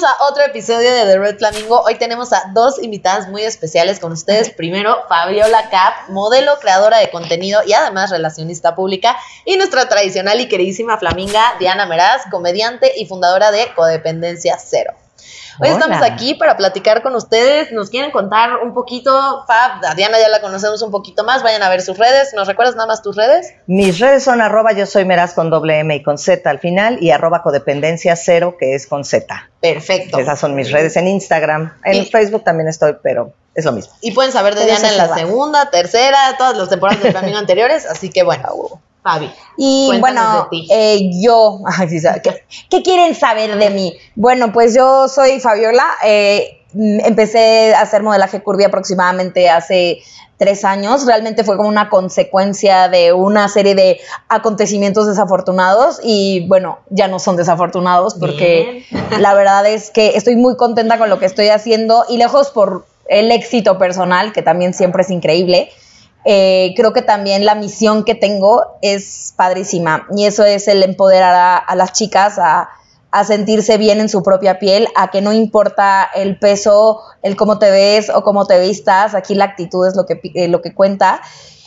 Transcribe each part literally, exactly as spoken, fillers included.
Bienvenidos a otro episodio de The Red Flamingo. Hoy tenemos a dos invitadas muy especiales con ustedes. Primero, Fabiola Cap, modelo, creadora de contenido y además relacionista pública. Y nuestra tradicional y queridísima flaminga, Diana Meraz, comediante y fundadora de Codependencia Cero. Hoy Hola. Estamos aquí para platicar con ustedes. Nos quieren contar un poquito, Fab, a Diana ya la conocemos un poquito más, vayan a ver sus redes. ¿Nos recuerdas nada más tus redes? Mis redes son arroba yo soy Meraz con doble M y con Z al final y arroba codependencia cero que es con Z. Perfecto. Esas son mis redes en Instagram. En y, Facebook también estoy, pero es lo mismo. Y pueden saber de Diana en la va. segunda, tercera, todas las temporadas del Flamingo anteriores, así que bueno. Fabi, y bueno, eh, yo, ¿qué, ¿qué quieren saber de mí? Bueno, pues yo soy Fabiola, eh, empecé a hacer modelaje curvy aproximadamente hace tres años, realmente fue como una consecuencia de una serie de acontecimientos desafortunados y bueno, ya no son desafortunados porque Bien. La verdad es que estoy muy contenta con lo que estoy haciendo y lejos por el éxito personal, que también siempre es increíble. Eh, creo que también la misión que tengo es padrísima y eso es el empoderar a, a las chicas a, a sentirse bien en su propia piel, a que no importa el peso, el cómo te ves o cómo te vistas, aquí la actitud es lo que, eh, lo que cuenta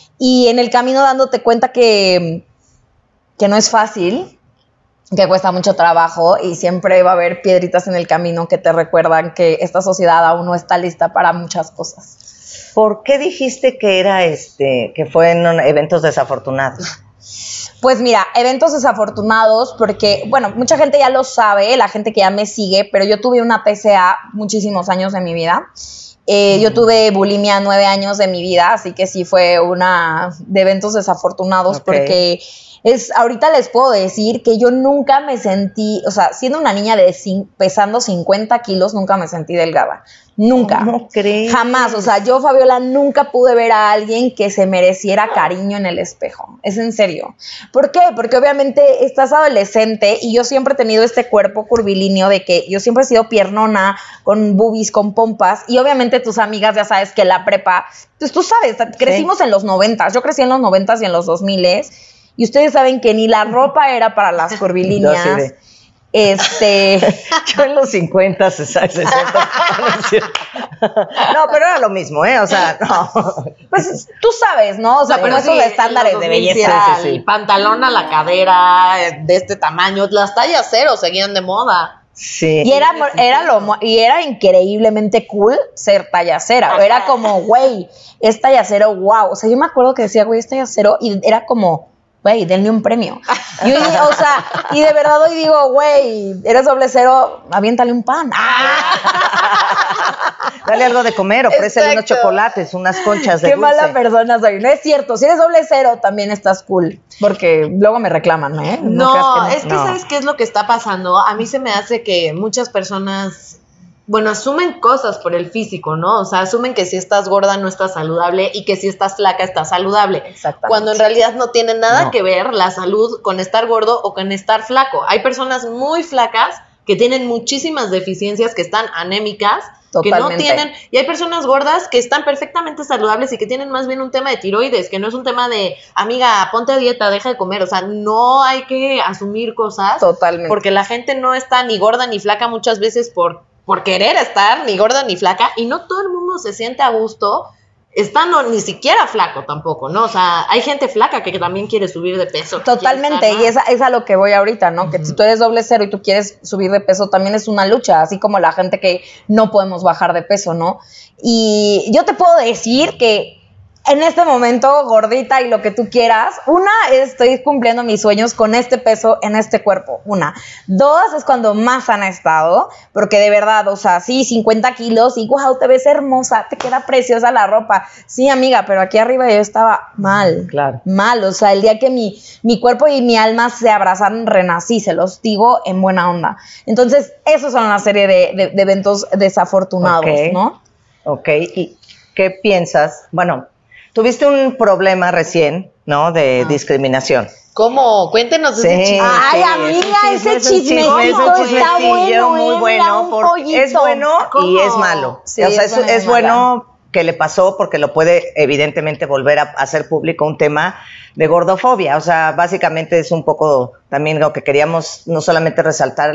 y en el camino dándote cuenta que, que no es fácil, que cuesta mucho trabajo y siempre va a haber piedritas en el camino que te recuerdan que esta sociedad aún no está lista para muchas cosas. ¿Por qué dijiste que era este, que fue en eventos desafortunados? Pues mira, eventos desafortunados porque, bueno, mucha gente ya lo sabe, la gente que ya me sigue, pero yo tuve una T C A muchísimos años de mi vida. Eh, mm. Yo tuve bulimia nueve años de mi vida, así que sí fue una de eventos desafortunados okay. porque es, ahorita les puedo decir que yo nunca me sentí, o sea, siendo una niña de pesando cincuenta kilos, nunca me sentí delgada. Nunca, ¿Cómo crees? Jamás, o sea, yo, Fabiola, nunca pude ver a alguien que se mereciera cariño en el espejo, es en serio. ¿Por qué? Porque obviamente estás adolescente y yo siempre he tenido este cuerpo curvilíneo de que yo siempre he sido piernona, con boobies, con pompas, y obviamente tus amigas ya sabes que la prepa, pues tú sabes, crecimos sí. en los noventas, yo crecí en los noventas y en los dos miles, y ustedes saben que ni la ropa era para las curvilíneas. No, sí, Este, yo en los cincuenta, sesenta. No, pero era lo mismo, ¿eh? O sea, no. Pues tú sabes, ¿no? O sea, pero esos sí, estándares de belleza. Sí, sí, sí. Pantalón a la cadera, de este tamaño, las tallas cero seguían de moda. Sí. Y era, era lo, y era increíblemente cool ser talla cero. Ajá. Era como, güey, es talla cero, wow. O sea, yo me acuerdo que decía, güey, es talla cero, y era como, güey, denle un premio. Y hoy, o sea, y de verdad hoy digo, güey, eres doble cero, aviéntale un pan. Dale algo de comer, ofrécele unos chocolates, unas conchas de Qué dulce. mala persona soy. No es cierto, si eres doble cero también estás cool, porque luego me reclaman, ¿eh? No, no que no. es que no. ¿sabes qué es lo que está pasando? A mí se me hace que muchas personas... Bueno, asumen cosas por el físico, ¿no? O sea, asumen que si estás gorda no estás saludable y que si estás flaca estás saludable. Exactamente. Cuando en realidad no tiene nada no. que ver la salud con estar gordo o con estar flaco. Hay personas muy flacas que tienen muchísimas deficiencias, que están anémicas, Totalmente. que no tienen... Y hay personas gordas que están perfectamente saludables y que tienen más bien un tema de tiroides, que no es un tema de, amiga, ponte a dieta, deja de comer. O sea, no hay que asumir cosas. Totalmente. Porque la gente no está ni gorda ni flaca muchas veces por... por querer estar ni gorda ni flaca, y no todo el mundo se siente a gusto estando ni siquiera flaco tampoco, ¿no? O sea, hay gente flaca que también quiere subir de peso. Totalmente, y es a, es a lo que voy ahorita, ¿no? Uh-huh. Que si tú eres doble cero y tú quieres subir de peso, también es una lucha, así como la gente que no podemos bajar de peso, ¿no? Y yo te puedo decir que en este momento, gordita y lo que tú quieras, una, estoy cumpliendo mis sueños con este peso en este cuerpo, una. Dos, es cuando más han estado, porque de verdad, o sea, sí, cincuenta kilos y wow, te ves hermosa, te queda preciosa la ropa. Sí, amiga, pero aquí arriba yo estaba mal, claro. mal. O sea, el día que mi, mi cuerpo y mi alma se abrazaron, renací, se los digo en buena onda. Entonces, esos son una serie de, de, de eventos desafortunados, okay. ¿no? Ok, ¿y qué piensas? Bueno, tuviste un problema recién, ¿no? De ah. discriminación. ¿Cómo? Cuéntenos sí, ese chisme. Ay, sí, amiga, es un ese chismecito está bueno, muy eh, bueno. Por, es bueno ¿Cómo? Y es malo. Sí, o sea, es, es, es bueno que le pasó porque lo puede evidentemente volver a hacer público un tema de gordofobia. O sea, básicamente es un poco también lo que queríamos no solamente resaltar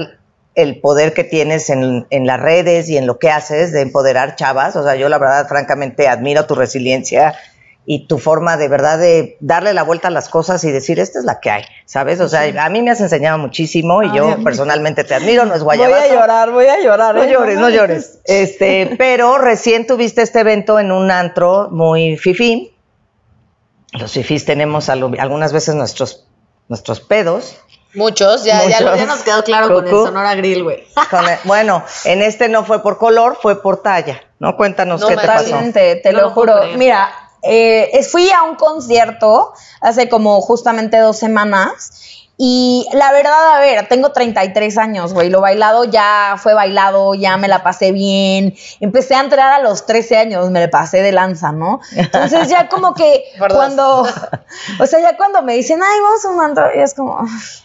el poder que tienes en, en las redes y en lo que haces de empoderar chavas. O sea, yo la verdad, francamente, admiro tu resiliencia y tu forma de verdad de darle la vuelta a las cosas y decir, esta es la que hay, ¿sabes? O sea, sí. a mí me has enseñado muchísimo y Ay, yo personalmente te admiro, no es guayabazo. Voy a llorar, voy a llorar. No ¿eh? llores, no llores. Este, pero recién tuviste este evento en un antro muy fifí. Los fifís tenemos algo, algunas veces nuestros, nuestros pedos. Muchos, ya, Muchos. ya, ya nos quedó claro Cucú. con el Sonora Grill, güey. Bueno, en este no fue por color, fue por talla, ¿no? Cuéntanos No, qué te pasó. Totalmente, te No lo lo puedo juro. creer. Mira, eh, fui a un concierto hace como justamente dos semanas y la verdad, a ver, tengo treinta y tres años, güey, lo bailado ya fue bailado, ya me la pasé bien, empecé a entrar a los trece años, me la pasé de lanza, ¿no? Entonces ya como que Por dos. cuando, o sea, ya cuando me dicen, ay, vamos a un antro, y es como...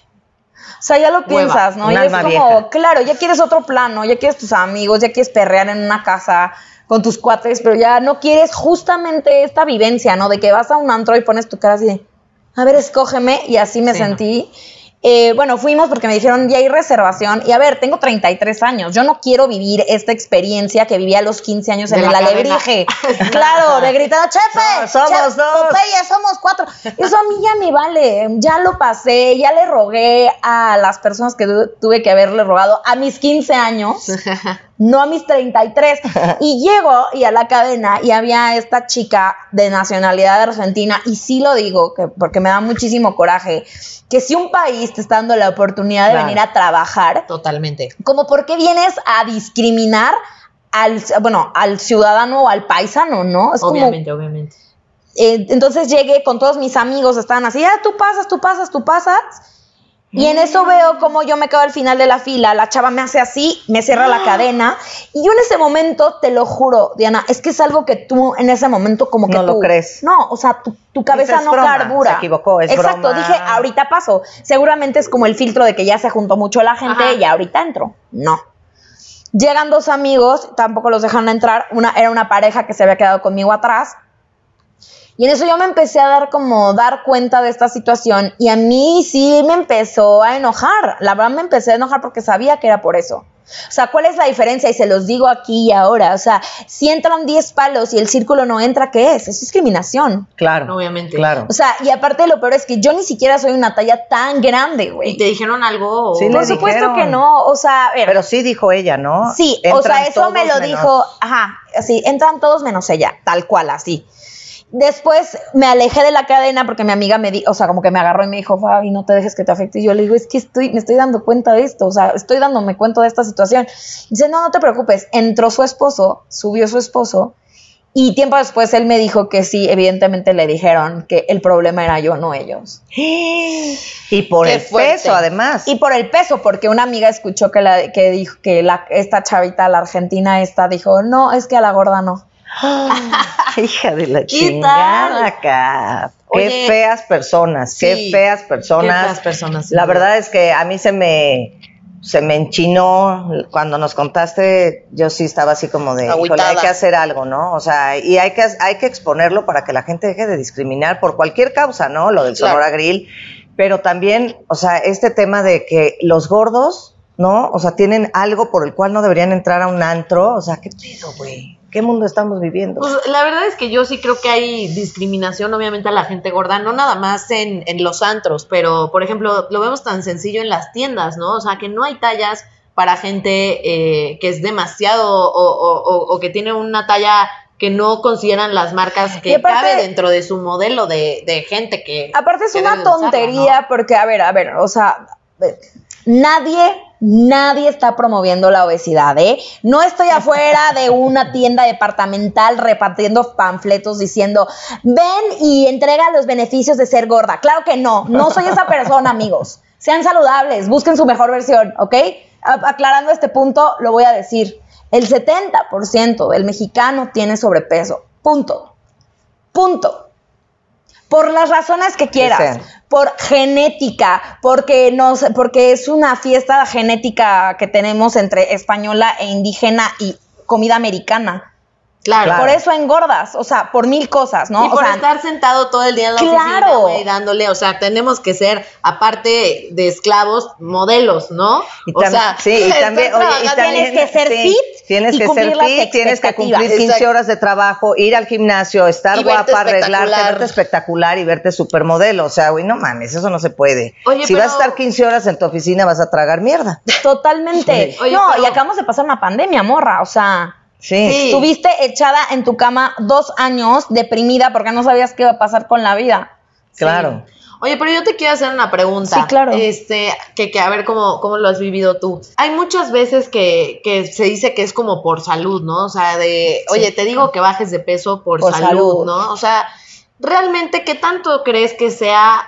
O sea, ya lo piensas, ¿no? un Y es alma como, vieja. claro, ya quieres otro plan, ¿no? Ya quieres tus amigos, ya quieres perrear en una casa con tus cuates, pero ya no quieres justamente esta vivencia, ¿no? De que vas a un antro y pones tu cara así de, a ver, escógeme, y así me Sí. sentí. Eh, bueno, fuimos porque me dijeron, ya hay reservación, y a ver, tengo treinta y tres años, yo no quiero vivir esta experiencia que viví a los quince años en De el la cadena. alebrije. Claro, de gritar, chefe, No, somos Chef, dos. Popeye, somos cuatro. Eso a mí ya me vale, ya lo pasé, ya le rogué a las personas que tu- tuve que haberle rogado a mis quince años, no a mis treinta y tres. Y llego y a la cadena y había esta chica de nacionalidad argentina, y sí lo digo que, porque me da muchísimo coraje, que si un país te está dando la oportunidad de Claro. venir a trabajar, Totalmente. como por qué vienes a discriminar al, bueno, al ciudadano o al paisano, ¿no? Es como, Obviamente, obviamente. eh, entonces llegué con todos mis amigos, estaban así, ah, tú pasas, tú pasas, tú pasas. Y en eso veo como yo me quedo al final de la fila, la chava me hace así, me cierra la cadena. Y yo en ese momento, te lo juro, Diana, es que es algo que tú en ese momento como que No lo tú- crees. No, o sea, tu, tu cabeza Dices, no broma, carbura. se equivocó, es Exacto, broma. dije, ahorita paso. Seguramente es como el filtro de que ya se juntó mucho la gente Ajá. y ahorita entro. No. Llegan dos amigos, tampoco los dejan entrar. Una, era una pareja que se había quedado conmigo atrás. Y en eso yo me empecé a dar como dar cuenta de esta situación y a mí sí me empezó a enojar. La verdad me empecé a enojar porque sabía que era por eso. O sea, ¿cuál es la diferencia? Y se los digo aquí y ahora. O sea, si entran diez palos y el círculo no entra, ¿qué es? Es discriminación. Claro, Obviamente. claro. O sea, y aparte lo peor es que yo ni siquiera soy una talla tan grande, ¿Y güey. te dijeron algo? o- Sí, Por le supuesto dijeron. que no. O sea, a ver. Pero sí dijo ella, ¿no? Sí, Entran o sea, eso me todos lo menos- dijo, ajá, así, entran todos menos ella, tal cual, así. Después me alejé de la cadena porque mi amiga me dijo, o sea, como que me agarró y me dijo, Fabi, no te dejes que te afecte. Y yo le digo, es que estoy, me estoy dando cuenta de esto, o sea, estoy dándome cuenta de esta situación. Dice, no, no te preocupes. Entró su esposo, subió su esposo, y tiempo después él me dijo que sí, evidentemente le dijeron que el problema era yo, no ellos. Y por Qué el fuerte. peso, además. Y por el peso, porque una amiga escuchó que, la, que dijo que la, esta chavita, la argentina esta, dijo, no, es que a la gorda no. Hija de la ¿Qué chingada, Kat. Qué Oye, feas personas, qué sí, feas personas. qué feas personas, sin La duda. verdad es que a mí se me se me enchinó cuando nos contaste. Yo sí estaba así como de, híjole, Agüitada. hay que hacer algo, ¿no? O sea, y hay que hay que exponerlo para que la gente deje de discriminar por cualquier causa, ¿no? Lo del Claro. Sonora Grill, pero también, o sea, este tema de que los gordos, ¿no? O sea, tienen algo por el cual no deberían entrar a un antro. O sea, ¿qué pedo, güey? ¿Qué mundo estamos viviendo? Pues la verdad es que yo sí creo que hay discriminación, obviamente, a la gente gorda, no nada más en, en los antros, pero, por ejemplo, lo vemos tan sencillo en las tiendas, ¿no? O sea, que no hay tallas para gente eh, que es demasiado o, o- o- o que tiene una talla que no consideran las marcas Y que aparte- cabe dentro de su modelo de, de gente que... Aparte es que una debe de usarla, tontería ¿no? porque, a ver, a ver, o sea, eh, nadie, nadie está promoviendo la obesidad, ¿eh? No estoy afuera de una tienda departamental repartiendo panfletos diciendo, ven y entrega los beneficios de ser gorda. Claro que no, no soy esa persona, amigos. Sean saludables, busquen su mejor versión, ¿ok? A- aclarando este punto, lo voy a decir. El setenta por ciento del mexicano tiene sobrepeso. Punto. Punto. Por las razones que quieras, sean. por genética, porque nos, porque es una fiesta genética que tenemos entre española e indígena y comida americana. Claro. Por eso engordas, o sea, por mil cosas, ¿no? Y por o sea, estar sentado todo el día en la claro. oficina, güey, dándole, o sea, tenemos que ser, aparte de esclavos, modelos, ¿no? Y o tam- sea, sí, y también, oye, y también tienes que ser sí, fit tienes y que cumplir ser las fit, tienes que cumplir expectativas. quince Exacto. horas de trabajo, ir al gimnasio, estar Y verte guapa, arreglarte, espectacular. verte espectacular y verte supermodelo. O sea, güey, no mames, eso no se puede. Oye, si pero- vas a estar quince horas en tu oficina, vas a tragar mierda. Totalmente. Oye, no, pero- y acabamos de pasar una pandemia, morra, o sea... Sí. Sí. Estuviste echada en tu cama dos años deprimida porque no sabías qué iba a pasar con la vida. Claro. Sí. Oye, pero yo te quiero hacer una pregunta. Sí, claro. Este, que, que a ver cómo, cómo lo has vivido tú. Hay muchas veces que, que se dice que es como por salud, ¿no? O sea, de, oye, te digo que bajes de peso por, Por salud, salud. ¿no? O sea, ¿realmente qué tanto crees que sea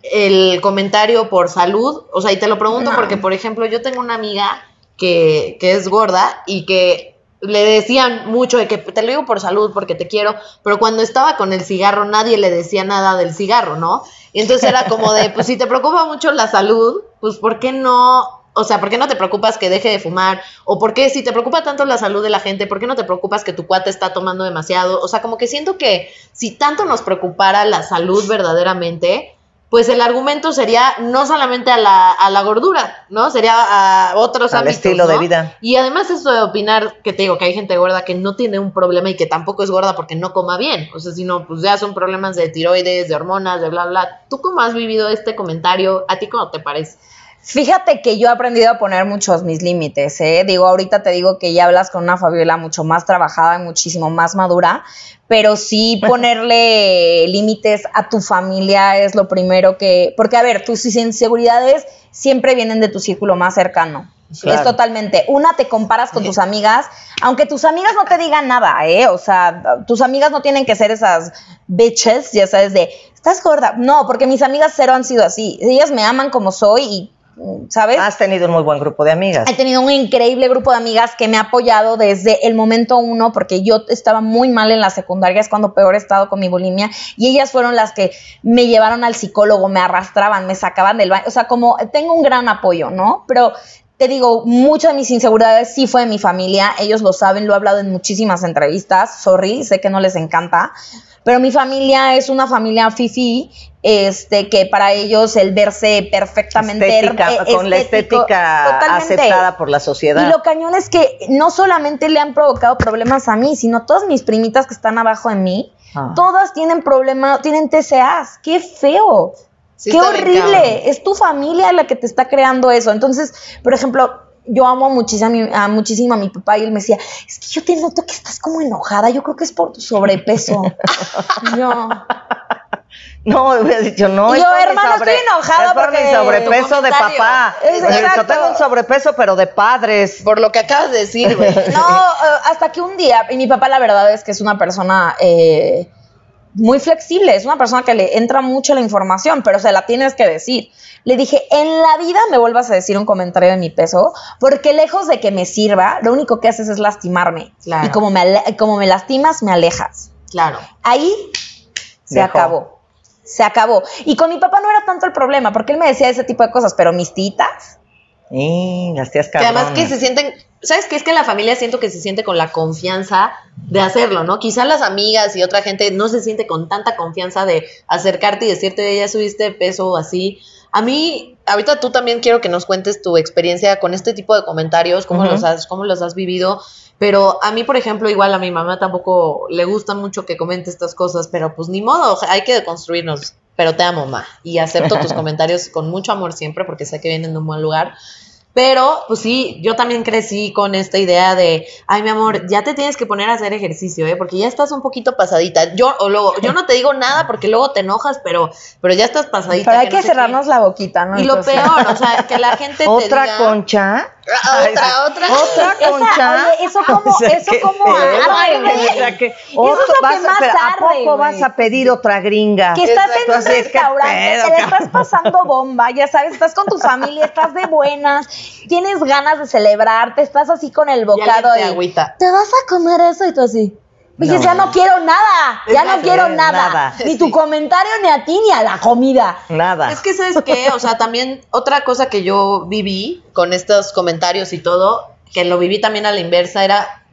el comentario por salud? O sea, y te lo pregunto No. porque, por ejemplo, yo tengo una amiga que, que es gorda y que le decían mucho de que te lo digo por salud porque te quiero, pero cuando estaba con el cigarro nadie le decía nada del cigarro, ¿no? Y entonces era como de, pues si te preocupa mucho la salud, pues ¿por qué no? O sea, ¿por qué no te preocupas que deje de fumar? O ¿por qué si te preocupa tanto la salud de la gente, por qué no te preocupas que tu cuate está tomando demasiado? O sea, como que siento que si tanto nos preocupara la salud verdaderamente, pues el argumento sería no solamente a la, a la gordura, ¿no? Sería a otros Al ámbitos, estilo ¿no? de vida. Y además eso de opinar, que te digo que hay gente gorda que no tiene un problema y que tampoco es gorda porque no coma bien. O sea, sino pues ya son problemas de tiroides, de hormonas, de bla, bla. ¿Tú cómo has vivido este comentario? ¿A ti cómo te parece? Fíjate que yo he aprendido a poner muchos mis límites, ¿eh? Digo, ahorita te digo que ya hablas con una Fabiola mucho más trabajada y muchísimo más madura, pero sí ponerle límites a tu familia es lo primero que... Porque, a ver, tus inseguridades siempre vienen de tu círculo más cercano. Claro. Es totalmente. Una, te comparas con tus amigas, aunque tus amigas no te digan nada, ¿eh? O sea, tus amigas no tienen que ser esas bitches, ya sabes, de, estás gorda. No, porque mis amigas cero han sido así. Ellas me aman como soy y, ¿sabes? Has tenido un muy buen grupo de amigas. He tenido un increíble grupo de amigas que me ha apoyado desde el momento uno, porque yo estaba muy mal en la secundaria, es cuando peor he estado con mi bulimia, y ellas fueron las que me llevaron al psicólogo, me arrastraban, me sacaban del baño, o sea, como tengo un gran apoyo, ¿no? Pero te digo, muchas de mis inseguridades sí fue de mi familia, ellos lo saben, lo he hablado en muchísimas entrevistas, sorry, sé que no les encanta, pero mi familia es una familia fifi, este, que para ellos el verse perfectamente Estética, eh, con la estético, estética totalmente. aceptada por la sociedad. Y lo cañón es que no solamente le han provocado problemas a mí, sino todas mis primitas que están abajo de mí, Ah. todas tienen problemas, tienen T C As. ¡Qué feo! Sí, ¡Qué está bien cabrón. horrible! Es tu familia la que te está creando eso. Entonces, por ejemplo, yo amo muchísimo a, mi, a, muchísimo a mi papá y él me decía, es que yo te noto que estás como enojada, yo creo que es por tu sobrepeso. Y yo... No, hubiera dicho, no. Y es yo, por mi hermano, sobre- estoy enojada es por porque- mi sobrepeso Tu de comentario. papá. Es Yo exacto. tengo un sobrepeso, pero de padres. Por lo que acabas de decir, güey. No, eh, hasta que un día, y mi papá la verdad es que es una persona eh, muy flexible, es una persona que le entra mucho la información, pero se la tienes que decir. Le dije, en la vida me vuelvas a decir un comentario de mi peso, porque lejos de que me sirva, lo único que haces es lastimarme. Claro. Y como me, ale- como me lastimas, me alejas. Claro. Ahí se Dejó. acabó. Se acabó. Y con mi papá no era tanto el problema, porque él me decía ese tipo de cosas, pero mis titas... Y las tías Que cabronas. además que se sienten, ¿sabes qué? Es que la familia siento que se siente con la confianza de hacerlo, ¿no? Quizás las amigas y otra gente no se siente con tanta confianza de acercarte y decirte, ya subiste de peso o así. A mí, ahorita tú también quiero que nos cuentes tu experiencia con este tipo de comentarios, cómo, Ujú. los, has, cómo los has vivido. Pero a mí, por ejemplo, igual a mi mamá tampoco le gusta mucho que comente estas cosas, pero pues ni modo, hay que deconstruirnos. Pero te amo, ma, y acepto tus comentarios con mucho amor siempre porque sé que vienen de un buen lugar. Pero, pues sí, yo también crecí con esta idea de, ay, mi amor, ya te tienes que poner a hacer ejercicio, ¿eh? Porque ya estás un poquito pasadita. Yo, o luego, yo no te digo nada porque luego te enojas, pero, pero ya estás pasadita. Pero hay que que no sé cerrarnos qué. la boquita, ¿no? Y lo Entonces- peor, o sea, que la gente te ¿Otra diga... concha? Ah, otra, otra. ¿Otra Esa- concha? oye, eso como- O sea, eso qué como feo. arde, güey. O sea, que Eso es otro- lo que vas a más pe- ¿A arde, poco güey. vas a pedir otra gringa? Que estás en Exacto, un así, ¿qué restaurante, pedo, te la cabrón? estás pasando bomba, ya sabes, estás con tu familia, estás de buenas, tienes ganas de celebrarte, estás así con el Y bocado alguien te y agüita. ¿te vas a comer eso? Y tú así, oye, No. ya no quiero nada, ya no Exacto. quiero nada, Nada. ni Sí. tu comentario ni a ti ni a la comida. Nada. Es que, ¿sabes qué? O sea, también otra cosa que yo viví con estos comentarios y todo, que lo viví también a la inversa, era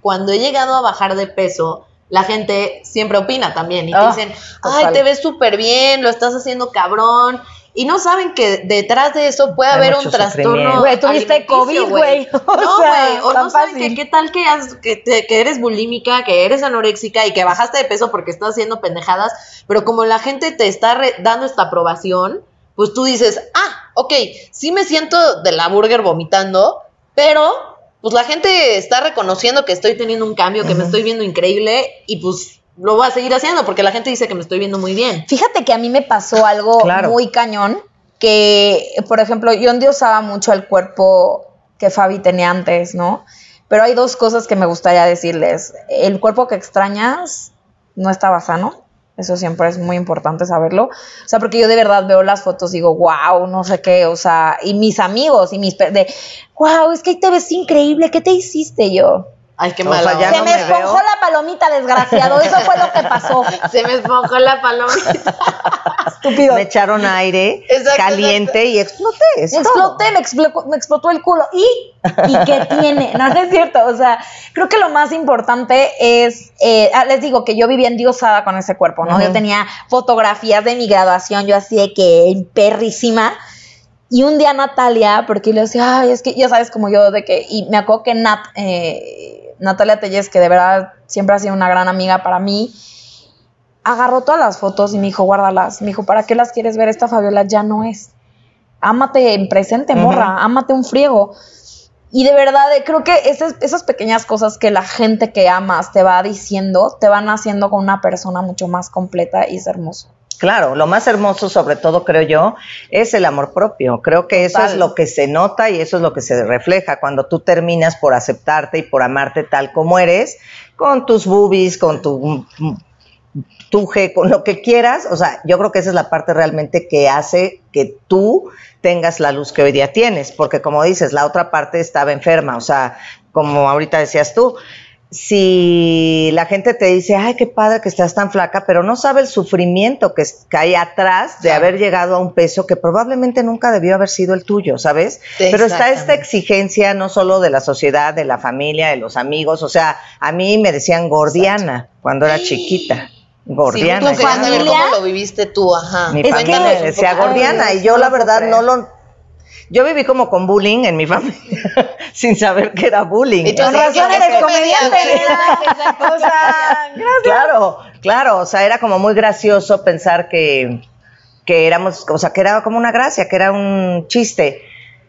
cuando he llegado a bajar de peso, la gente siempre opina también y te Oh, dicen, total. ay, te ves súper bien, lo estás haciendo cabrón. Y no saben que detrás de eso puede Hay haber mucho un trastorno. sufrimiento. Güey, tuviste COVID, güey. O No, sea, güey. O tan no saben fácil. que qué tal que, has- que, te- que eres bulímica, que eres anoréxica y que bajaste de peso porque estás haciendo pendejadas. Pero como la gente te está re- dando esta aprobación, pues tú dices, ah, ok, sí me siento de la burger vomitando, pero pues la gente está reconociendo que estoy teniendo un cambio, que me estoy viendo increíble y pues lo voy a seguir haciendo porque la gente dice que me estoy viendo muy bien. Fíjate que a mí me pasó algo Claro. muy cañón, que, por ejemplo, yo endiosaba mucho el cuerpo que Fabi tenía antes, ¿no? Pero hay dos cosas que me gustaría decirles. El cuerpo que extrañas no estaba sano. Eso siempre es muy importante saberlo. O sea, porque yo de verdad veo las fotos y digo, wow, no sé qué, o sea, y mis amigos y mis... pe- de, wow, es que te ves increíble, ¿qué te hiciste yo? Ay, qué O mala sea, ya onda. Se no me me esponjó veo. la palomita, desgraciado. Eso fue lo que pasó. Se me esponjó la palomita. Estúpido. Me echaron aire Exacto, caliente y exploté. es Me todo. exploté, me explotó, me explotó el culo. ¿Y? ¿Y qué tiene? No, no es cierto. O sea, creo que lo más importante es, eh, ah, les digo que yo vivía endiosada con ese cuerpo, ¿no? Ujú. Yo tenía fotografías de mi graduación, yo así de que perrísima. Y un día Natalia, porque le decía, ay, es que ya sabes como yo de que, y me acuerdo que Nat, eh, Natalia Telles, que de verdad siempre ha sido una gran amiga para mí, agarró todas las fotos y me dijo, guárdalas. Me dijo, ¿para qué las quieres ver? Esta Fabiola ya no es. Ámate en presente, morra, Ujú. ámate un friego. Y de verdad, eh, creo que esas, esas pequeñas cosas que la gente que amas te va diciendo, te van haciendo con una persona mucho más completa y es hermoso. Claro, lo más hermoso sobre todo, creo yo, es el amor propio. Creo que eso Total. es lo que se nota y eso es lo que se refleja cuando tú terminas por aceptarte y por amarte tal como eres, con tus boobies, con tu mm, tuje, con lo que quieras. O sea, yo creo que esa es la parte realmente que hace que tú tengas la luz que hoy día tienes, porque como dices, la otra parte estaba enferma. O sea, como ahorita decías tú, si la gente te dice, ay, qué padre que estás tan flaca, pero no sabe el sufrimiento que, es- que hay atrás de Claro. haber llegado a un peso que probablemente nunca debió haber sido el tuyo, ¿sabes? Sí, pero está esta exactamente. exigencia no solo de la sociedad, de la familia, de los amigos. O sea, a mí me decían gordiana cuando era chiquita. Gordiana. Sí, tú querías ya, saber ¿no? cómo lo viviste tú, ajá. Mi Es familia que- me decía Ay, gordiana y no yo lo la puedo verdad creer. no lo... Yo viví como con bullying en mi familia sin saber que era bullying. Y tú Con así, razón ¿qué eres comediante? comediante. O sea, Claro, claro, o sea, era como muy gracioso pensar que, que éramos, o sea, que era como una gracia, que era un chiste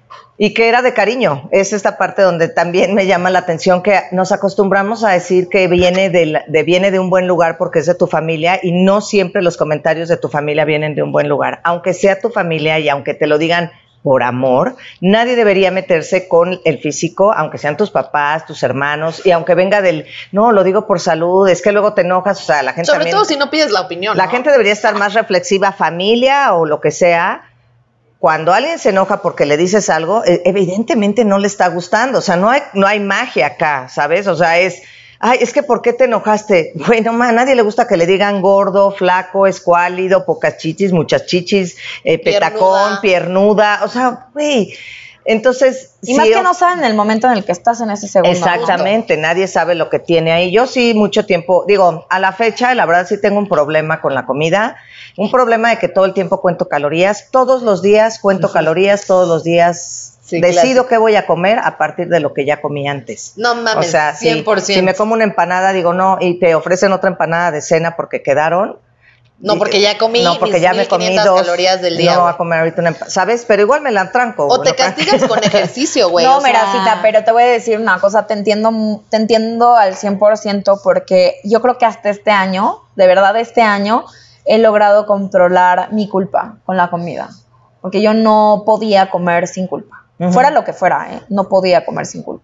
y que era de cariño. Es esta parte donde también me llama la atención que nos acostumbramos a decir que viene de, la- de viene de un buen lugar porque es de tu familia y no siempre los comentarios de tu familia vienen de un buen lugar. Aunque sea tu familia y aunque te lo digan por amor, nadie debería meterse con el físico, aunque sean tus papás, tus hermanos, y aunque venga del, no, lo digo por salud, es que luego te enojas, o sea, la gente Sobre también, todo si no pides la opinión, la ¿no? gente debería estar más reflexiva, familia o lo que sea. Cuando alguien se enoja porque le dices algo, e- evidentemente no le está gustando, o sea, no hay, no hay magia acá, ¿sabes? O sea, es, ay, es que ¿por qué te enojaste? Bueno, ma, a nadie le gusta que le digan gordo, flaco, escuálido, pocas chichis, muchas chichis, eh, Piernuda. petacón, piernuda, o sea, güey, entonces... y más sí, que o- no saben el momento en el que estás en ese segundo. Exactamente, nadie sabe lo que tiene ahí. Yo sí mucho tiempo, digo, a la fecha, la verdad sí tengo un problema con la comida, un problema de que todo el tiempo cuento calorías, todos los días cuento calorías, todos los días Sí, decido clásico. qué voy a comer a partir de lo que ya comí antes. No mames, o sea, si- cien por ciento. Si, me como una empanada, digo no, y te ofrecen otra empanada de cena porque quedaron. No, porque ya comí No, porque mis ya me comí mil quinientas dos. calorías del día, No voy güey. a comer ahorita una empanada, ¿sabes? Pero igual me la tranco. O te ¿no? castigas con ejercicio, güey. No, o sea, Meracita, pero te voy a decir una cosa, te entiendo, mu- te entiendo al cien por ciento porque yo creo que hasta este año, de verdad este año, he logrado controlar mi culpa con la comida. Porque yo no podía comer sin culpa. Ujú. Fuera lo que fuera, ¿eh? No podía comer sin culpa.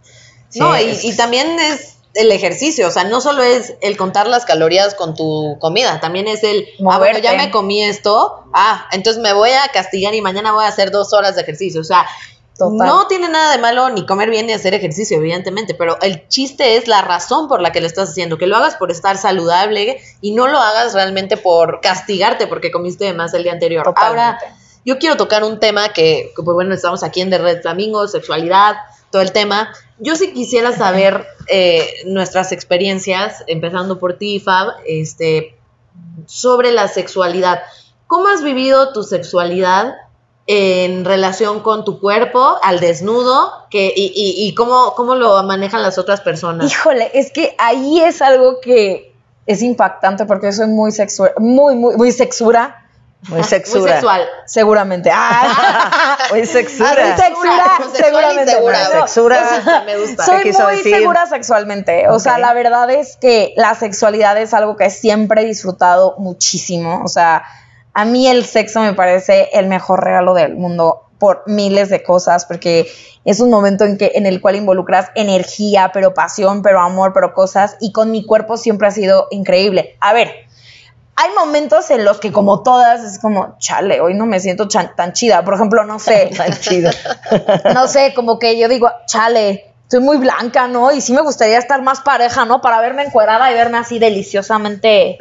No, Sí, y, es- y también es el ejercicio, o sea, no solo es el contar las calorías con tu comida, también es el, ah, bueno, Moverte. ya me comí esto, ah, entonces me voy a castigar y mañana voy a hacer dos horas de ejercicio, o sea, Total. no tiene nada de malo ni comer bien ni hacer ejercicio, evidentemente, pero el chiste es la razón por la que lo estás haciendo, que lo hagas por estar saludable y no lo hagas realmente por castigarte porque comiste de más el día anterior. Totalmente. Ahora, yo quiero tocar un tema que, que, pues bueno, estamos aquí en The Red Flamingo, sexualidad, todo el tema. Yo sí quisiera saber eh, nuestras experiencias, empezando por ti, Fab, este, sobre la sexualidad. ¿Cómo has vivido tu sexualidad en relación con tu cuerpo, al desnudo, que, y, y, y cómo, cómo lo manejan las otras personas? Híjole, es que ahí es algo que es impactante porque yo soy muy sexual, muy, muy, muy sexura. Muy sexura. Muy sexual. Seguramente. Ah, muy sexura. Muy sexura, seguramente. Segura. No, sexura. No, me gusta. Soy muy decir? segura sexualmente. O okay. sea, la verdad es que la sexualidad es algo que siempre he disfrutado muchísimo. O sea, a mí el sexo me parece el mejor regalo del mundo por miles de cosas, porque es un momento en que en el cual involucras energía, pero pasión, pero amor, pero cosas, y con mi cuerpo siempre ha sido increíble. A ver, hay momentos en los que, como todas, es como, chale, hoy no me siento chan, tan chida. Por ejemplo, no sé. Tan chida. No sé, como que yo digo, chale, estoy muy blanca, ¿no? Y sí me gustaría estar más pareja, ¿no? Para verme encuerada y verme así deliciosamente,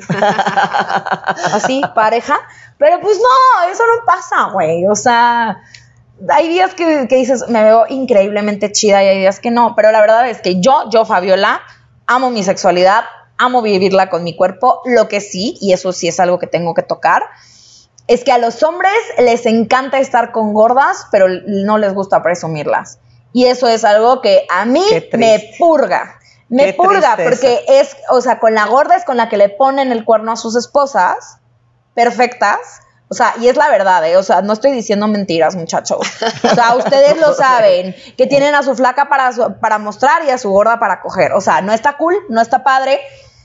así, pareja. Pero pues no, eso no pasa, güey. O sea, hay días que, que dices, me veo increíblemente chida y hay días que no. Pero la verdad es que yo, yo, Fabiola, amo mi sexualidad, amo vivirla con mi cuerpo. Lo que sí, y eso sí es algo que tengo que tocar, es que a los hombres les encanta estar con gordas, pero no les gusta presumirlas. Y eso es algo que a mí me purga. Me Qué purga, tristeza. Porque es, o sea, con la gorda es con la que le ponen el cuerno a sus esposas, perfectas. O sea, y es la verdad, ¿eh? O sea, no estoy diciendo mentiras, muchachos. O sea, ustedes lo saben, que tienen a su flaca para, su, para mostrar y a su gorda para coger. O sea, no está cool, no está padre.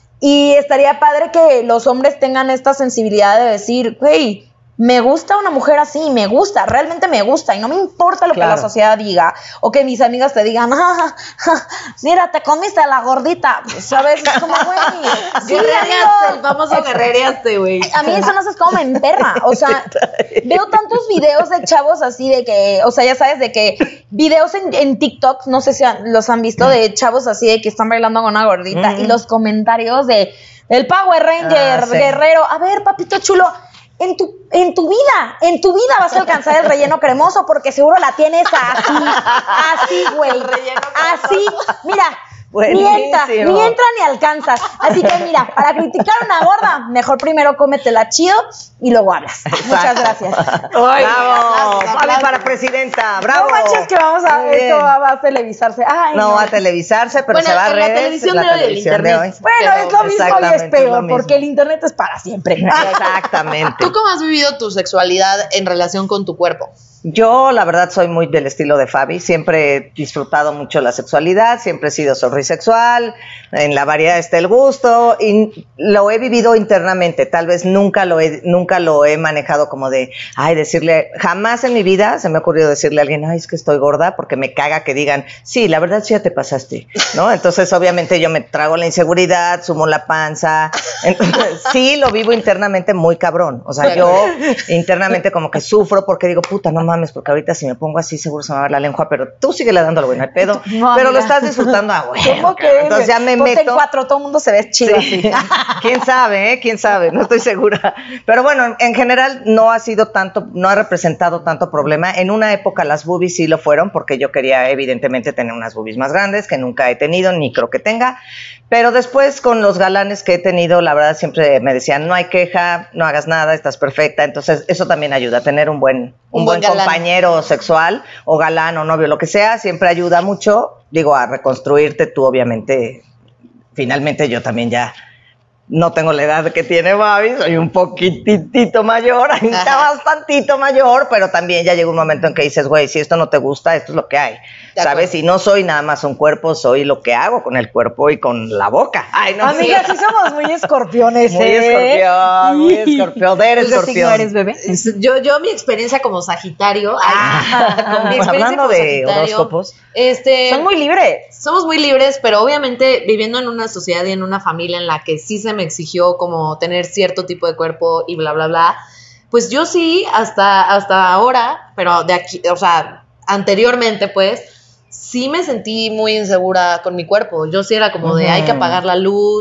Y estaría padre que los hombres tengan esta sensibilidad de decir, güey, me gusta una mujer así, me gusta, realmente me gusta, y no me importa lo claro. que la sociedad diga, o que mis amigas te digan, ah, ah, mira, te comiste a la gordita, ¿sabes? Es como, güey, sí, guerrereaste, el famoso guerrereaste, güey. A mí eso no sé cómo me emperra, o sea, veo tantos videos de chavos así de que, o sea, ya sabes, de que videos en, en TikTok, no sé si los han visto, de chavos así de que están bailando con una gordita, mm-hmm. y los comentarios de, el Power Ranger, ah, sí. guerrero, a ver, papito chulo, En tu, en tu vida, en tu vida vas a alcanzar el relleno cremoso porque seguro la tienes así, así, güey, así, mira, mienta, ni entra ni alcanzas, así que mira, para criticar a una gorda, mejor primero cómetela chido y luego hablas. Exacto. Muchas gracias. Ay, bravo, Fabi para presidenta, bravo. No manches que vamos a, esto va, va a televisarse. Ay, no, no va a televisarse, pero bueno, se va a redes, la televisión la de hoy, televisión el internet. De hoy. Bueno, pero es lo mismo y es peor, porque el internet es para siempre. Exactamente. ¿Tú cómo has vivido tu sexualidad en relación con tu cuerpo? Yo, la verdad, soy muy del estilo de Fabi. Siempre he disfrutado mucho la sexualidad, siempre he sido sorrisexual, en la variedad está el gusto, y lo he vivido internamente. Tal vez nunca lo he, nunca lo he manejado como de, ay, decirle, jamás en mi vida se me ha ocurrido decirle a alguien, ay, es que estoy gorda, porque me caga que digan, sí, la verdad sí ya te pasaste, ¿no? Entonces, obviamente, yo me trago la inseguridad, sumo la panza. Entonces, sí, lo vivo internamente muy cabrón. O sea, yo internamente como que sufro porque digo, puta, no mames, porque ahorita si me pongo así seguro se me va a ver la lengua, pero tú síguele dándolo, güey, no hay pedo. No, pero amiga, lo estás disfrutando, ah, güey. ¿Cómo que? Entonces ya me Ponte meto. En cuatro, todo el mundo se ve chido sí. así. ¿Quién sabe, eh? ¿Quién sabe? No estoy segura. Pero bueno, en general no ha sido tanto, no ha representado tanto problema. En una época las boobies sí lo fueron, porque yo quería evidentemente tener unas boobies más grandes, que nunca he tenido, ni creo que tenga. Pero después con los galanes que he tenido, la verdad siempre me decían, no hay queja, no hagas nada, estás perfecta. Entonces eso también ayuda, tener un buen, un, un buen, buen compañero sexual o galán o novio, lo que sea, siempre ayuda mucho, digo, a reconstruirte tú, obviamente. Finalmente yo también ya no tengo la edad que tiene Fabi, soy un poquitito mayor, ya bastantito mayor, pero también ya llega un momento en que dices, güey, si esto no te gusta, esto es lo que hay, ¿sabes? Y no soy nada más un cuerpo, soy lo que hago con el cuerpo y con la boca. Ay, no, amiga, sí somos muy escorpiones, muy ¿eh? escorpión, muy escorpión, eres escorpión. ¿Eres bebé? Yo, yo mi experiencia como Sagitario, ah, ay, con mi experiencia hablando como de Sagitario, horóscopos, este, son muy libres. Somos muy libres, pero obviamente viviendo en una sociedad y en una familia en la que sí se me exigió como tener cierto tipo de cuerpo y bla, bla, bla, pues yo sí, hasta, hasta ahora, pero de aquí, o sea, anteriormente, pues, sí me sentí muy insegura con mi cuerpo. Yo sí era como uh-huh. de hay que apagar la luz,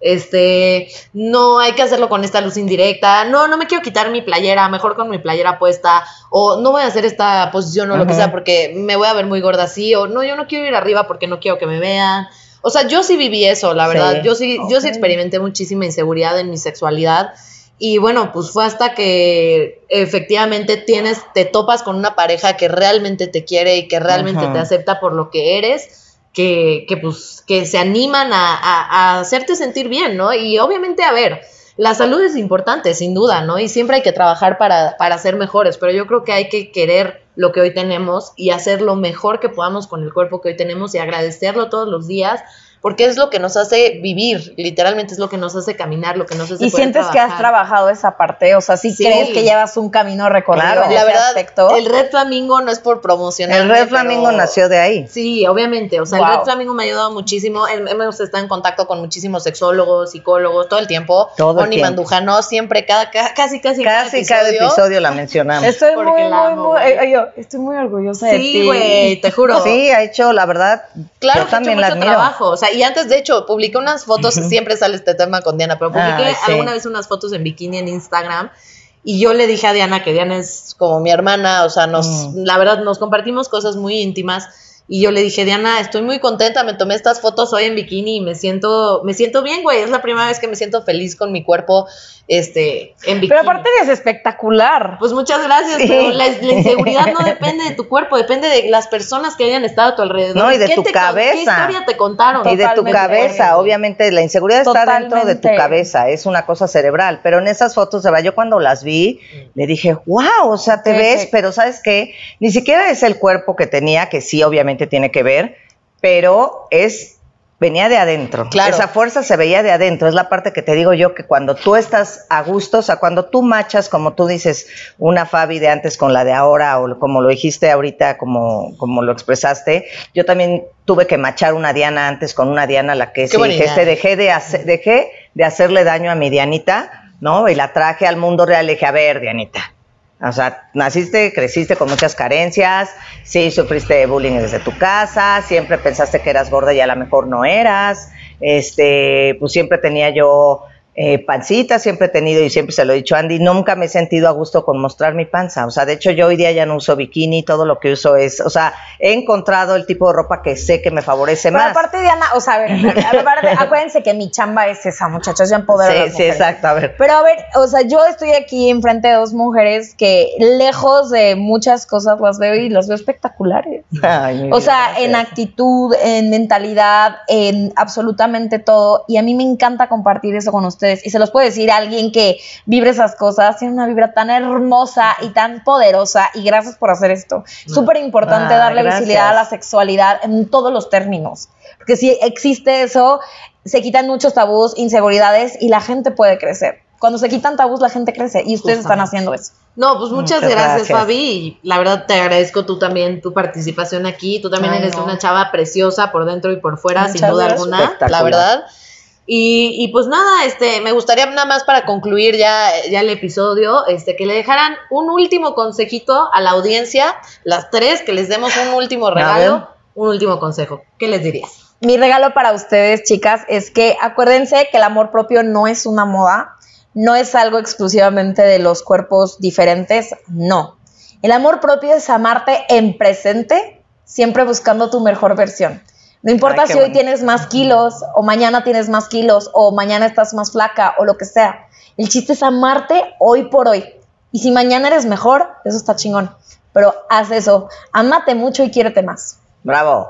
este, no hay que hacerlo con esta luz indirecta, no, no me quiero quitar mi playera, mejor con mi playera puesta, o no voy a hacer esta posición o uh-huh. lo que sea porque me voy a ver muy gorda así, o no, yo no quiero ir arriba porque no quiero que me vean. O sea, yo sí viví eso, la verdad, sí. yo sí, okay. yo sí experimenté muchísima inseguridad en mi sexualidad. Y bueno, pues fue hasta que efectivamente tienes, te topas con una pareja que realmente te quiere y que realmente uh-huh. te acepta por lo que eres, que, que pues, que se animan a, a, a hacerte sentir bien, ¿no? Y obviamente, a ver, la salud es importante, sin duda, ¿no? Y siempre hay que trabajar para, para ser mejores, pero yo creo que hay que querer lo que hoy tenemos y hacer lo mejor que podamos con el cuerpo que hoy tenemos y agradecerlo todos los días, porque es lo que nos hace vivir, literalmente es lo que nos hace caminar, lo que nos hace ¿Y sientes trabajar. Que has trabajado esa parte? O sea, ¿sí, sí. crees que llevas un camino recorrido claro, en la ese verdad, aspecto? El Red Flamingo no es por promocionar. El Red Flamingo pero... nació de ahí. Sí, obviamente, o sea, wow. el Red Flamingo me ha ayudado muchísimo, hemos estado en contacto con muchísimos sexólogos, psicólogos, todo el tiempo. Todo el Oni tiempo. Mandujano, siempre, cada, casi, casi, casi cada episodio. Cada episodio la mencionamos. Estoy muy, muy, amo, muy, eh, yo estoy muy orgullosa sí, de ti. Sí, güey, te juro. Sí, ha hecho, la verdad, claro yo que también ha hecho la mucho admiro. trabajo, o sea, y antes, de hecho, publiqué unas fotos, siempre sale este tema con Diana, pero publiqué ah, sí. alguna vez unas fotos en bikini en Instagram y yo le dije a Diana que Diana es como mi hermana, o sea, nos, mm. la verdad, nos compartimos cosas muy íntimas y yo le dije, Diana, estoy muy contenta, me tomé estas fotos hoy en bikini y me siento, me siento bien, güey, es la primera vez que me siento feliz con mi cuerpo, este, en bikini. Pero aparte es espectacular. Pues muchas gracias, sí. pero la, la inseguridad no depende de tu cuerpo, depende de las personas que hayan estado a tu alrededor. No, y de ¿Qué tu te, cabeza. ¿Qué historia te contaron? Y de tu cabeza, obviamente, la inseguridad Totalmente. está dentro de tu cabeza, es una cosa cerebral, pero en esas fotos, de verdad, yo cuando las vi, le dije, wow, o sea, te sí, ves, sí. pero ¿sabes qué? Ni siquiera es el cuerpo que tenía, que sí, obviamente tiene que ver, pero es... venía de adentro, claro. Esa fuerza se veía de adentro, es la parte que te digo yo, que cuando tú estás a gusto, o sea, cuando tú machas, como tú dices, una Fabi de antes con la de ahora, o como lo dijiste ahorita, como, como lo expresaste, yo también tuve que machar una Diana antes con una Diana, la que sí, que este, dejé, de hacer, dejé de hacerle daño a mi Dianita, ¿no? Y la traje al mundo real, le dije, a ver, Dianita, o sea, naciste, creciste con muchas carencias, sí, sufriste bullying desde tu casa, siempre pensaste que eras gorda y a lo mejor no eras, este, pues siempre tenía yo eh, pancita, siempre he tenido, y siempre se lo he dicho a Andy, nunca me he sentido a gusto con mostrar mi panza, o sea, de hecho yo hoy día ya no uso bikini, todo lo que uso es, o sea, he encontrado el tipo de ropa que sé que me favorece Pero más. Pero aparte, Diana, o sea, a ver, aparte, acuérdense que mi chamba es esa, muchachos, yo empodero sí, a las mujeres. Sí, exacto, a ver. Pero a ver, o sea, yo estoy aquí enfrente de dos mujeres que lejos de muchas cosas las veo y las veo espectaculares. Ay, o sea, gracias. En actitud, en mentalidad, en absolutamente todo, y a mí me encanta compartir eso con ustedes, y se los puedo decir a alguien que vibre esas cosas, tiene una vibra tan hermosa y tan poderosa, y gracias por hacer esto. Súper importante ah, darle gracias. visibilidad a la sexualidad en todos los términos, porque si existe eso, se quitan muchos tabús, inseguridades, y la gente puede crecer. Cuando se quitan tabús, la gente crece, y ustedes están haciendo eso. No, pues muchas, muchas gracias, gracias, Fabi, y la verdad te agradezco tú también tu participación aquí, tú también Ay, eres no. una chava preciosa por dentro y por fuera, muchas sin duda alguna, la verdad. Y, y pues nada, este, me gustaría nada más para concluir ya, ya el episodio, este, que le dejaran un último consejito a la audiencia, las tres, que les demos un último regalo, un último consejo. ¿Qué les dirías? Mi regalo para ustedes, chicas, es que acuérdense que el amor propio no es una moda, no es algo exclusivamente de los cuerpos diferentes, no. El amor propio es amarte en presente, siempre buscando tu mejor versión. No importa Ay, si hoy bueno. tienes más kilos, o mañana tienes más kilos, o mañana estás más flaca, o lo que sea. El chiste es amarte hoy por hoy. Y si mañana eres mejor, eso está chingón. Pero haz eso, ámate mucho y quiérete más. Bravo.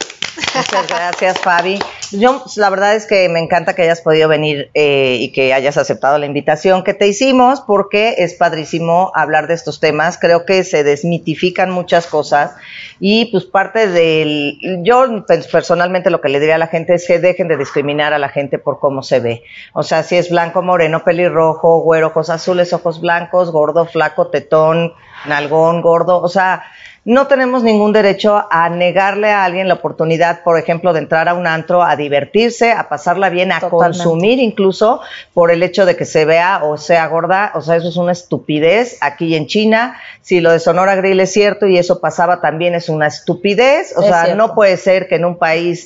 Muchas gracias, Fabi. Yo, la verdad es que me encanta que hayas podido venir eh, y que hayas aceptado la invitación que te hicimos, porque es padrísimo hablar de estos temas. Creo que se desmitifican muchas cosas y pues parte del... Yo pues, personalmente lo que le diría a la gente es que dejen de discriminar a la gente por cómo se ve. O sea, si es blanco, moreno, pelirrojo, güero, ojos azules, ojos blancos, gordo, flaco, tetón, nalgón, gordo, o sea... No tenemos ningún derecho a negarle a alguien la oportunidad, por ejemplo, de entrar a un antro, a divertirse, a pasarla bien, a Totalmente. consumir incluso por el hecho de que se vea o sea gorda. O sea, eso es una estupidez. Aquí en China, si lo de Sonora Grill es cierto y eso pasaba también, es una estupidez. O es sea, cierto. No puede ser que en un país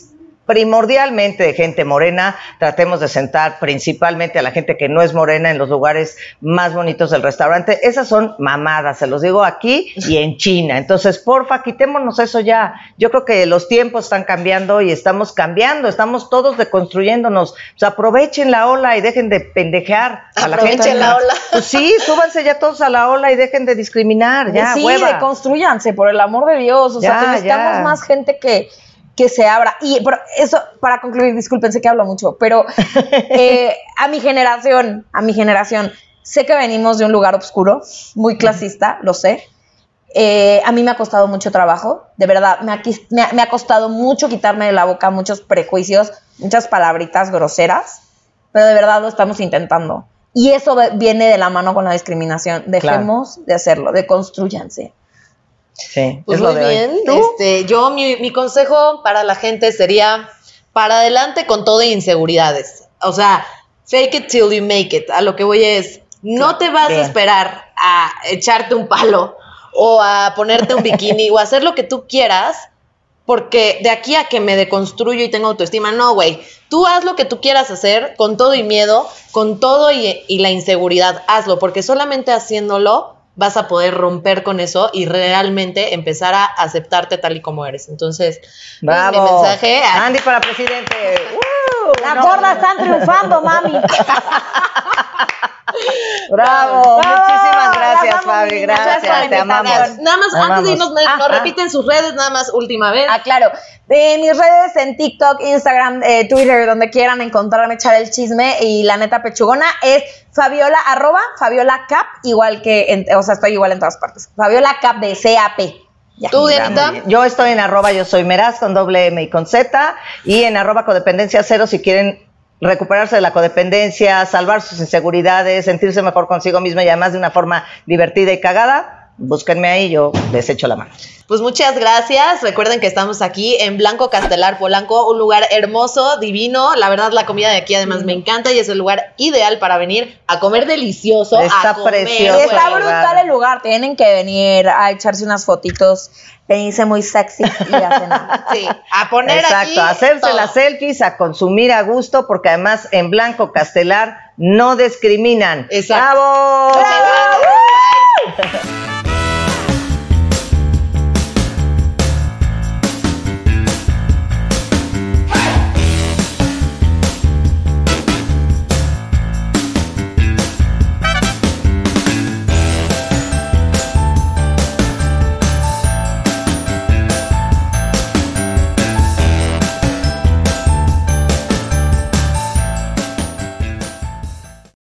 primordialmente de gente morena, tratemos de sentar principalmente a la gente que no es morena en los lugares más bonitos del restaurante. Esas son mamadas, se los digo aquí y en China. Entonces, porfa, quitémonos eso ya. Yo creo que los tiempos están cambiando y estamos cambiando, estamos todos deconstruyéndonos. O sea, aprovechen la ola y dejen de pendejear a la gente. Aprovechen la ola. Pues sí, súbanse ya todos a la ola y dejen de discriminar, ya, sí, hueva. deconstrúyanse, por el amor de Dios. O Ya, sea, necesitamos ya. más gente que, que se abra. Y pero eso, para concluir, disculpen, sé que hablo mucho, pero eh, a mi generación, a mi generación, sé que venimos de un lugar oscuro, muy clasista, lo sé. Eh, a mí me ha costado mucho trabajo, de verdad, me ha, me, ha, me ha costado mucho quitarme de la boca muchos prejuicios, muchas palabritas groseras, pero de verdad lo estamos intentando. Y eso viene de la mano con la discriminación. Dejemos claro. de hacerlo, deconstrúyanse. Sí, pues es muy lo de bien. hoy. Este, yo, mi, mi consejo para la gente sería, para adelante con todo y inseguridades. O sea, fake it till you make it. A lo que voy es, no sí, te vas bien. a esperar a echarte un palo o a ponerte un bikini o a hacer lo que tú quieras, porque de aquí a que me deconstruyo y tengo autoestima, no, güey. Tú haz lo que tú quieras hacer con todo y miedo, con todo y, y la inseguridad. Hazlo, porque solamente haciéndolo vas a poder romper con eso y realmente empezar a aceptarte tal y como eres. Entonces, bravo. Mi mensaje. Andy para presidente. Uh, Las no. gordas están triunfando, mami. Bravo, bravo, muchísimas gracias, Fabi, gracias, gracias, te amamos. Nada más, amamos. antes de irnos, ah, nos ah. repiten sus redes, nada más, última vez. Ah, claro, de mis redes en TikTok, Instagram, eh, Twitter, donde quieran encontrarme, echar el chisme y la neta pechugona, es Fabiola, arroba, Fabiola Cap, igual que, en, o sea, estoy igual en todas partes. Fabiola Cap de C A P. Ya. ¿Tú, Dianita? Yo estoy en arroba, yo soy Meraz, con doble M y con Z, y en arroba codependencia cero si quieren recuperarse de la codependencia, salvar sus inseguridades, sentirse mejor consigo misma y además de una forma divertida y cagada, búsquenme ahí, yo les echo la mano. Pues muchas gracias. Recuerden que estamos aquí en Blanco Castelar Polanco, un lugar hermoso, divino. La verdad, la comida de aquí además me encanta y es el lugar ideal para venir a comer delicioso. Está a comer, precioso. Está brutal el lugar. Tienen que venir a echarse unas fotitos, venirse muy sexy y a cenar. Sí, a poner Exacto, aquí a hacerse todo. las selfies, a consumir a gusto, porque además en Blanco Castelar no discriminan. Exacto. ¡Bravo! ¡Bravo!